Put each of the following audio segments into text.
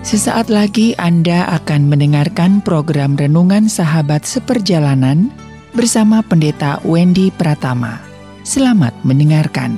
Sesaat lagi Anda akan mendengarkan program Renungan Sahabat Seperjalanan bersama Pendeta Wendy Pratama. Selamat mendengarkan.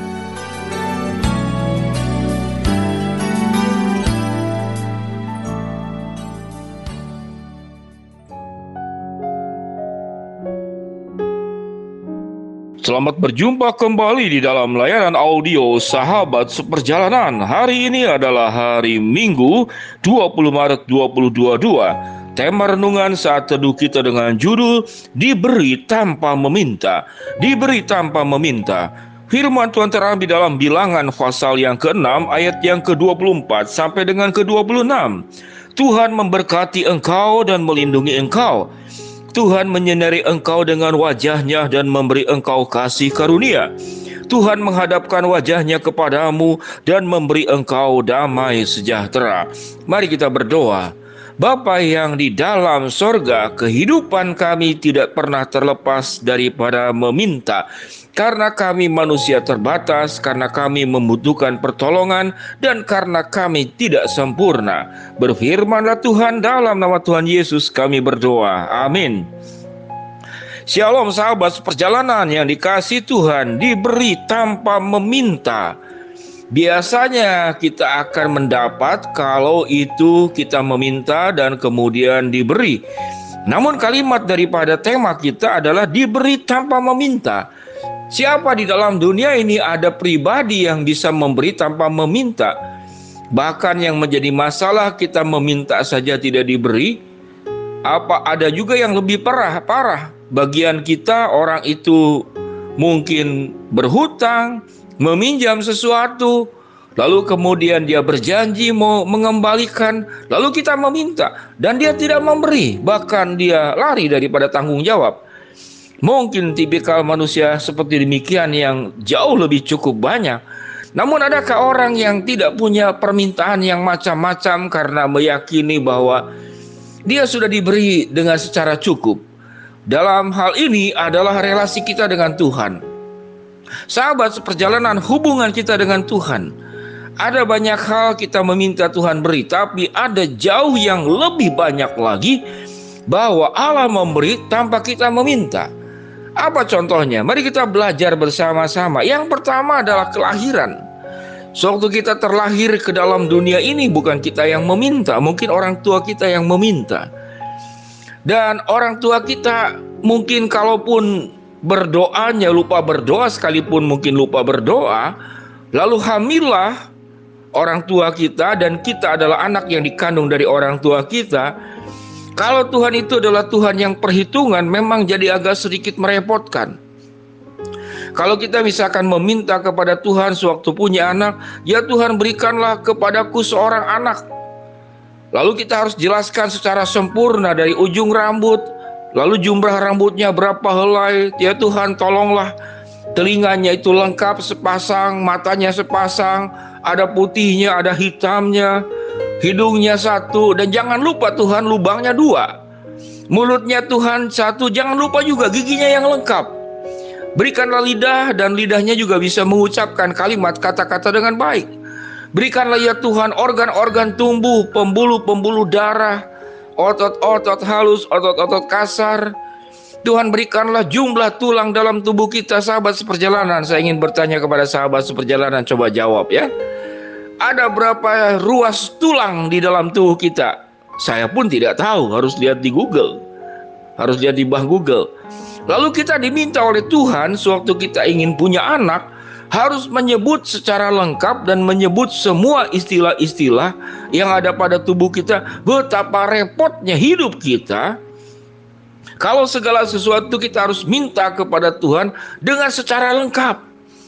Selamat berjumpa kembali di dalam layanan audio Sahabat Seperjalanan. Hari ini adalah hari Minggu 20 Maret 2022. Tema renungan saat teduh kita dengan judul Diberi Tanpa Meminta. Diberi tanpa meminta. Firman Tuhan terambil dalam Bilangan pasal yang ke-6 ayat yang ke-24 sampai dengan ke-26. Tuhan memberkati engkau dan melindungi engkau. Tuhan menyinari engkau dengan wajah-Nya dan memberi engkau kasih karunia. Tuhan menghadapkan wajah-Nya kepadamu dan memberi engkau damai sejahtera. Mari kita berdoa. Bapa yang di dalam sorga, kehidupan kami tidak pernah terlepas daripada meminta. Karena kami manusia terbatas, karena kami membutuhkan pertolongan, dan karena kami tidak sempurna. Berfirmanlah Tuhan, dalam nama Tuhan Yesus kami berdoa. Amin. Shalom sahabat seperjalanan yang dikasihi Tuhan, diberi tanpa meminta. Biasanya kita akan mendapat kalau itu kita meminta dan kemudian diberi. Namun kalimat daripada tema kita adalah diberi tanpa meminta. Siapa di dalam dunia ini ada pribadi yang bisa memberi tanpa meminta? Bahkan yang menjadi masalah kita meminta saja tidak diberi. Apa ada juga yang lebih parah? Bagian kita orang itu mungkin berhutang, meminjam sesuatu, lalu kemudian dia berjanji mau mengembalikan, lalu kita meminta dan dia tidak memberi, bahkan dia lari daripada tanggung jawab. Mungkin tipikal manusia seperti demikian yang jauh lebih cukup banyak. Namun adakah orang yang tidak punya permintaan yang macam-macam karena meyakini bahwa dia sudah diberi dengan secara cukup? Dalam hal ini adalah relasi kita dengan Tuhan. Sahabat seperjalanan, hubungan kita dengan Tuhan. Ada banyak hal kita meminta Tuhan beri, tapi ada jauh yang lebih banyak lagi bahwa Allah memberi tanpa kita meminta. Apa contohnya? Mari kita belajar bersama-sama. Yang pertama adalah kelahiran. Sewaktu kita terlahir ke dalam dunia ini, bukan kita yang meminta, mungkin orang tua kita yang meminta. Dan orang tua kita mungkin kalaupun berdoanya lupa berdoa, sekalipun mungkin lupa berdoa, lalu hamillah orang tua kita dan kita adalah anak yang dikandung dari orang tua kita. Kalau Tuhan itu adalah Tuhan yang perhitungan, memang jadi agak sedikit merepotkan. Kalau kita misalkan meminta kepada Tuhan sewaktu punya anak, ya Tuhan berikanlah kepadaku seorang anak. Lalu kita harus jelaskan secara sempurna dari ujung rambut, lalu jumlah rambutnya berapa helai. Ya Tuhan, tolonglah telinganya itu lengkap sepasang, matanya sepasang, ada putihnya, ada hitamnya, hidungnya satu, dan jangan lupa Tuhan lubangnya 2. Mulutnya Tuhan 1, jangan lupa juga giginya yang lengkap. Berikanlah lidah dan lidahnya juga bisa mengucapkan kalimat kata-kata dengan baik. Berikanlah ya Tuhan organ-organ tubuh, pembuluh-pembuluh darah, otot-otot halus, otot-otot kasar. Tuhan berikanlah jumlah tulang dalam tubuh kita. Sahabat seperjalanan, saya ingin bertanya kepada sahabat seperjalanan, coba jawab ya. Ada berapa ruas tulang di dalam tubuh kita? Saya pun tidak tahu, harus lihat di Google. Harus lihat di Google. Lalu kita diminta oleh Tuhan sewaktu kita ingin punya anak, harus menyebut secara lengkap dan menyebut semua istilah-istilah yang ada pada tubuh kita. Betapa repotnya hidup kita kalau segala sesuatu kita harus minta kepada Tuhan dengan secara lengkap.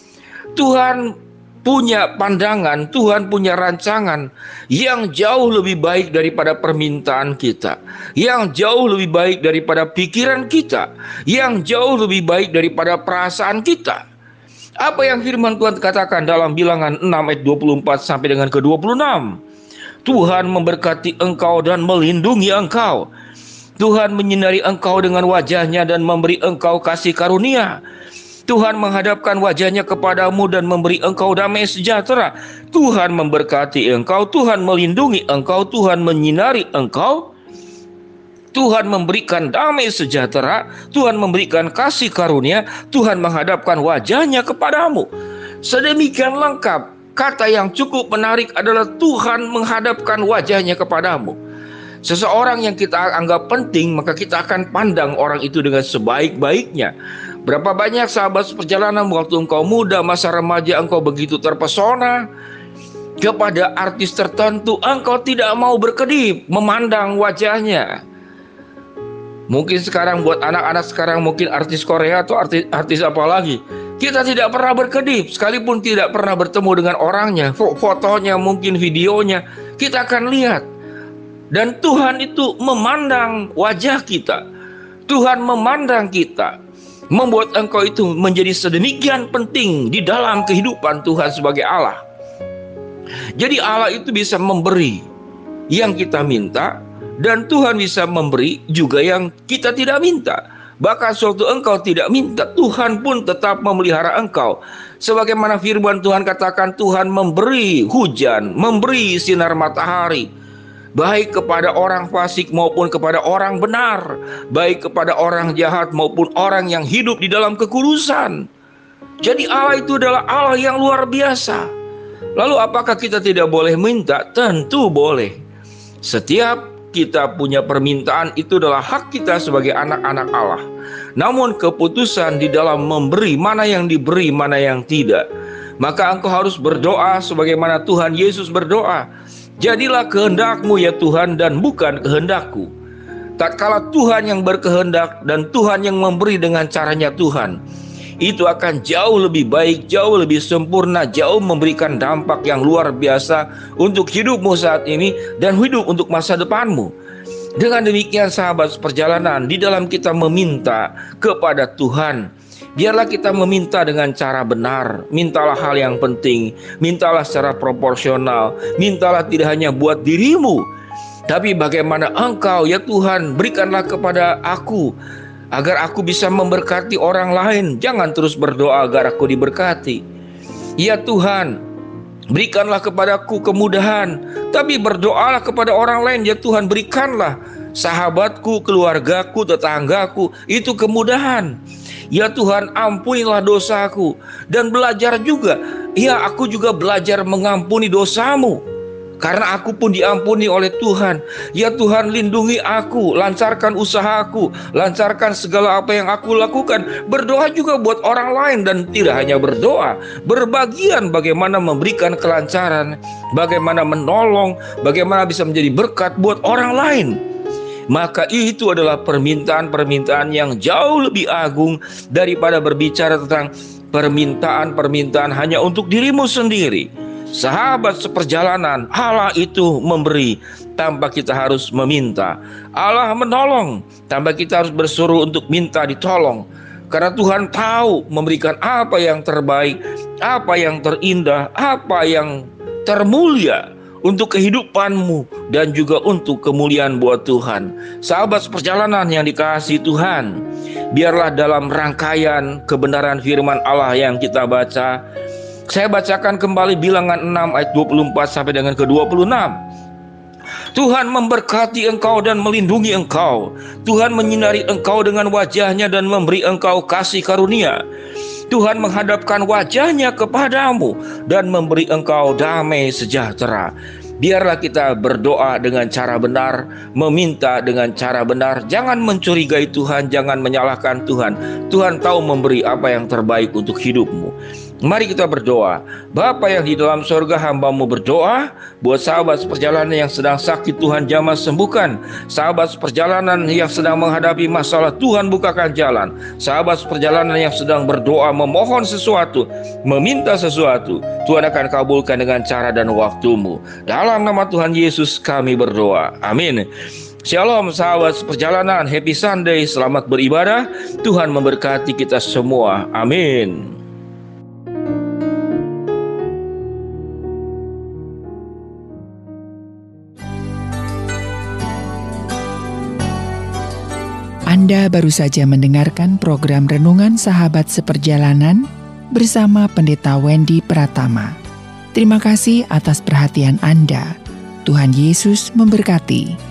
Tuhan punya pandangan, Tuhan punya rancangan yang jauh lebih baik daripada permintaan kita, yang jauh lebih baik daripada pikiran kita, yang jauh lebih baik daripada perasaan kita. Apa yang firman Tuhan katakan dalam Bilangan 6 ayat 24 sampai dengan ke-26? Tuhan memberkati engkau dan melindungi engkau. Tuhan menyinari engkau dengan wajah-Nya dan memberi engkau kasih karunia. Tuhan menghadapkan wajahnya kepadamu dan memberi engkau damai sejahtera. Tuhan memberkati engkau, Tuhan melindungi engkau, Tuhan menyinari engkau. Tuhan memberikan damai sejahtera, Tuhan memberikan kasih karunia, Tuhan menghadapkan wajahnya kepadamu. Sedemikian lengkap. Kata yang cukup menarik adalah Tuhan menghadapkan wajahnya kepadamu. Seseorang yang kita anggap penting, maka kita akan pandang orang itu dengan sebaik-baiknya. Berapa banyak sahabat seperjalanan waktu engkau muda, masa remaja, engkau begitu terpesona kepada artis tertentu, engkau tidak mau berkedip memandang wajahnya. Mungkin sekarang buat anak-anak sekarang mungkin artis Korea atau artis apa lagi, kita tidak pernah berkedip, sekalipun tidak pernah bertemu dengan orangnya, fotonya mungkin videonya, kita akan lihat. Dan Tuhan itu memandang wajah kita. Tuhan memandang kita, membuat engkau itu menjadi sedemikian penting di dalam kehidupan Tuhan sebagai Allah. Jadi Allah itu bisa memberi yang kita minta, dan Tuhan bisa memberi juga yang kita tidak minta. Bahkan sewaktu engkau tidak minta, Tuhan pun tetap memelihara engkau. Sebagaimana firman Tuhan katakan, Tuhan memberi hujan, memberi sinar matahari, baik kepada orang fasik maupun kepada orang benar, baik kepada orang jahat maupun orang yang hidup di dalam kekudusan. Jadi Allah itu adalah Allah yang luar biasa. Lalu apakah kita tidak boleh minta? Tentu boleh. Setiap kita punya permintaan itu adalah hak kita sebagai anak-anak Allah. Namun keputusan di dalam memberi, mana yang diberi, mana yang tidak. Maka engkau harus berdoa sebagaimana Tuhan Yesus berdoa. Jadilah kehendak-Mu ya Tuhan, dan bukan kehendakku. Tatkala Tuhan yang berkehendak dan Tuhan yang memberi dengan caranya Tuhan, itu akan jauh lebih baik, jauh lebih sempurna, jauh memberikan dampak yang luar biasa untuk hidupmu saat ini dan hidup untuk masa depanmu. Dengan demikian sahabat seperjalanan, di dalam kita meminta kepada Tuhan, biarlah kita meminta dengan cara benar. Mintalah hal yang penting, mintalah secara proporsional, mintalah tidak hanya buat dirimu, tapi bagaimana engkau ya Tuhan berikanlah kepada aku, agar aku bisa memberkati orang lain. Jangan terus berdoa agar aku diberkati. Ya Tuhan, berikanlah kepadaku kemudahan, tapi berdoalah kepada orang lain. Ya Tuhan, berikanlah sahabatku, keluargaku, tetanggaku itu kemudahan. Ya Tuhan, ampunilah dosaku. Dan belajar juga, ya aku juga belajar mengampuni dosamu, karena aku pun diampuni oleh Tuhan. Ya Tuhan, lindungi aku, lancarkan usahaku, lancarkan segala apa yang aku lakukan. Berdoa juga buat orang lain, dan tidak hanya berdoa, berbagian bagaimana memberikan kelancaran, bagaimana menolong, bagaimana bisa menjadi berkat buat orang lain. Maka itu adalah permintaan-permintaan yang jauh lebih agung daripada berbicara tentang permintaan-permintaan hanya untuk dirimu sendiri. Sahabat seperjalanan, Allah itu memberi tanpa kita harus meminta. Allah menolong tanpa kita harus bersuruh untuk minta ditolong. Karena Tuhan tahu memberikan apa yang terbaik, apa yang terindah, apa yang termulia untuk kehidupanmu dan juga untuk kemuliaan buat Tuhan. Sahabat seperjalanan yang dikasihi Tuhan, biarlah dalam rangkaian kebenaran firman Allah yang kita baca, saya bacakan kembali Bilangan 6 ayat 24 sampai dengan ke-26. Tuhan memberkati engkau dan melindungi engkau. Tuhan menyinari engkau dengan wajahnya dan memberi engkau kasih karunia. Tuhan menghadapkan wajahnya kepadamu dan memberi engkau damai sejahtera. Biarlah kita berdoa dengan cara benar, meminta dengan cara benar. Jangan mencurigai Tuhan, jangan menyalahkan Tuhan. Tuhan tahu memberi apa yang terbaik untuk hidupmu. Mari kita berdoa. Bapa yang di dalam surga, hamba-Mu berdoa buat sahabat seperjalanan yang sedang sakit, Tuhan jamah sembuhkan. Sahabat seperjalanan yang sedang menghadapi masalah, Tuhan bukakan jalan. Sahabat seperjalanan yang sedang berdoa, memohon sesuatu, meminta sesuatu, Tuhan akan kabulkan dengan cara dan waktu-Mu. Dalam nama Tuhan Yesus kami berdoa. Amin. Shalom sahabat seperjalanan, happy Sunday, selamat beribadah. Tuhan memberkati kita semua. Amin. Anda baru saja mendengarkan program Renungan Sahabat Seperjalanan bersama Pendeta Wendy Pratama. Terima kasih atas perhatian Anda. Tuhan Yesus memberkati.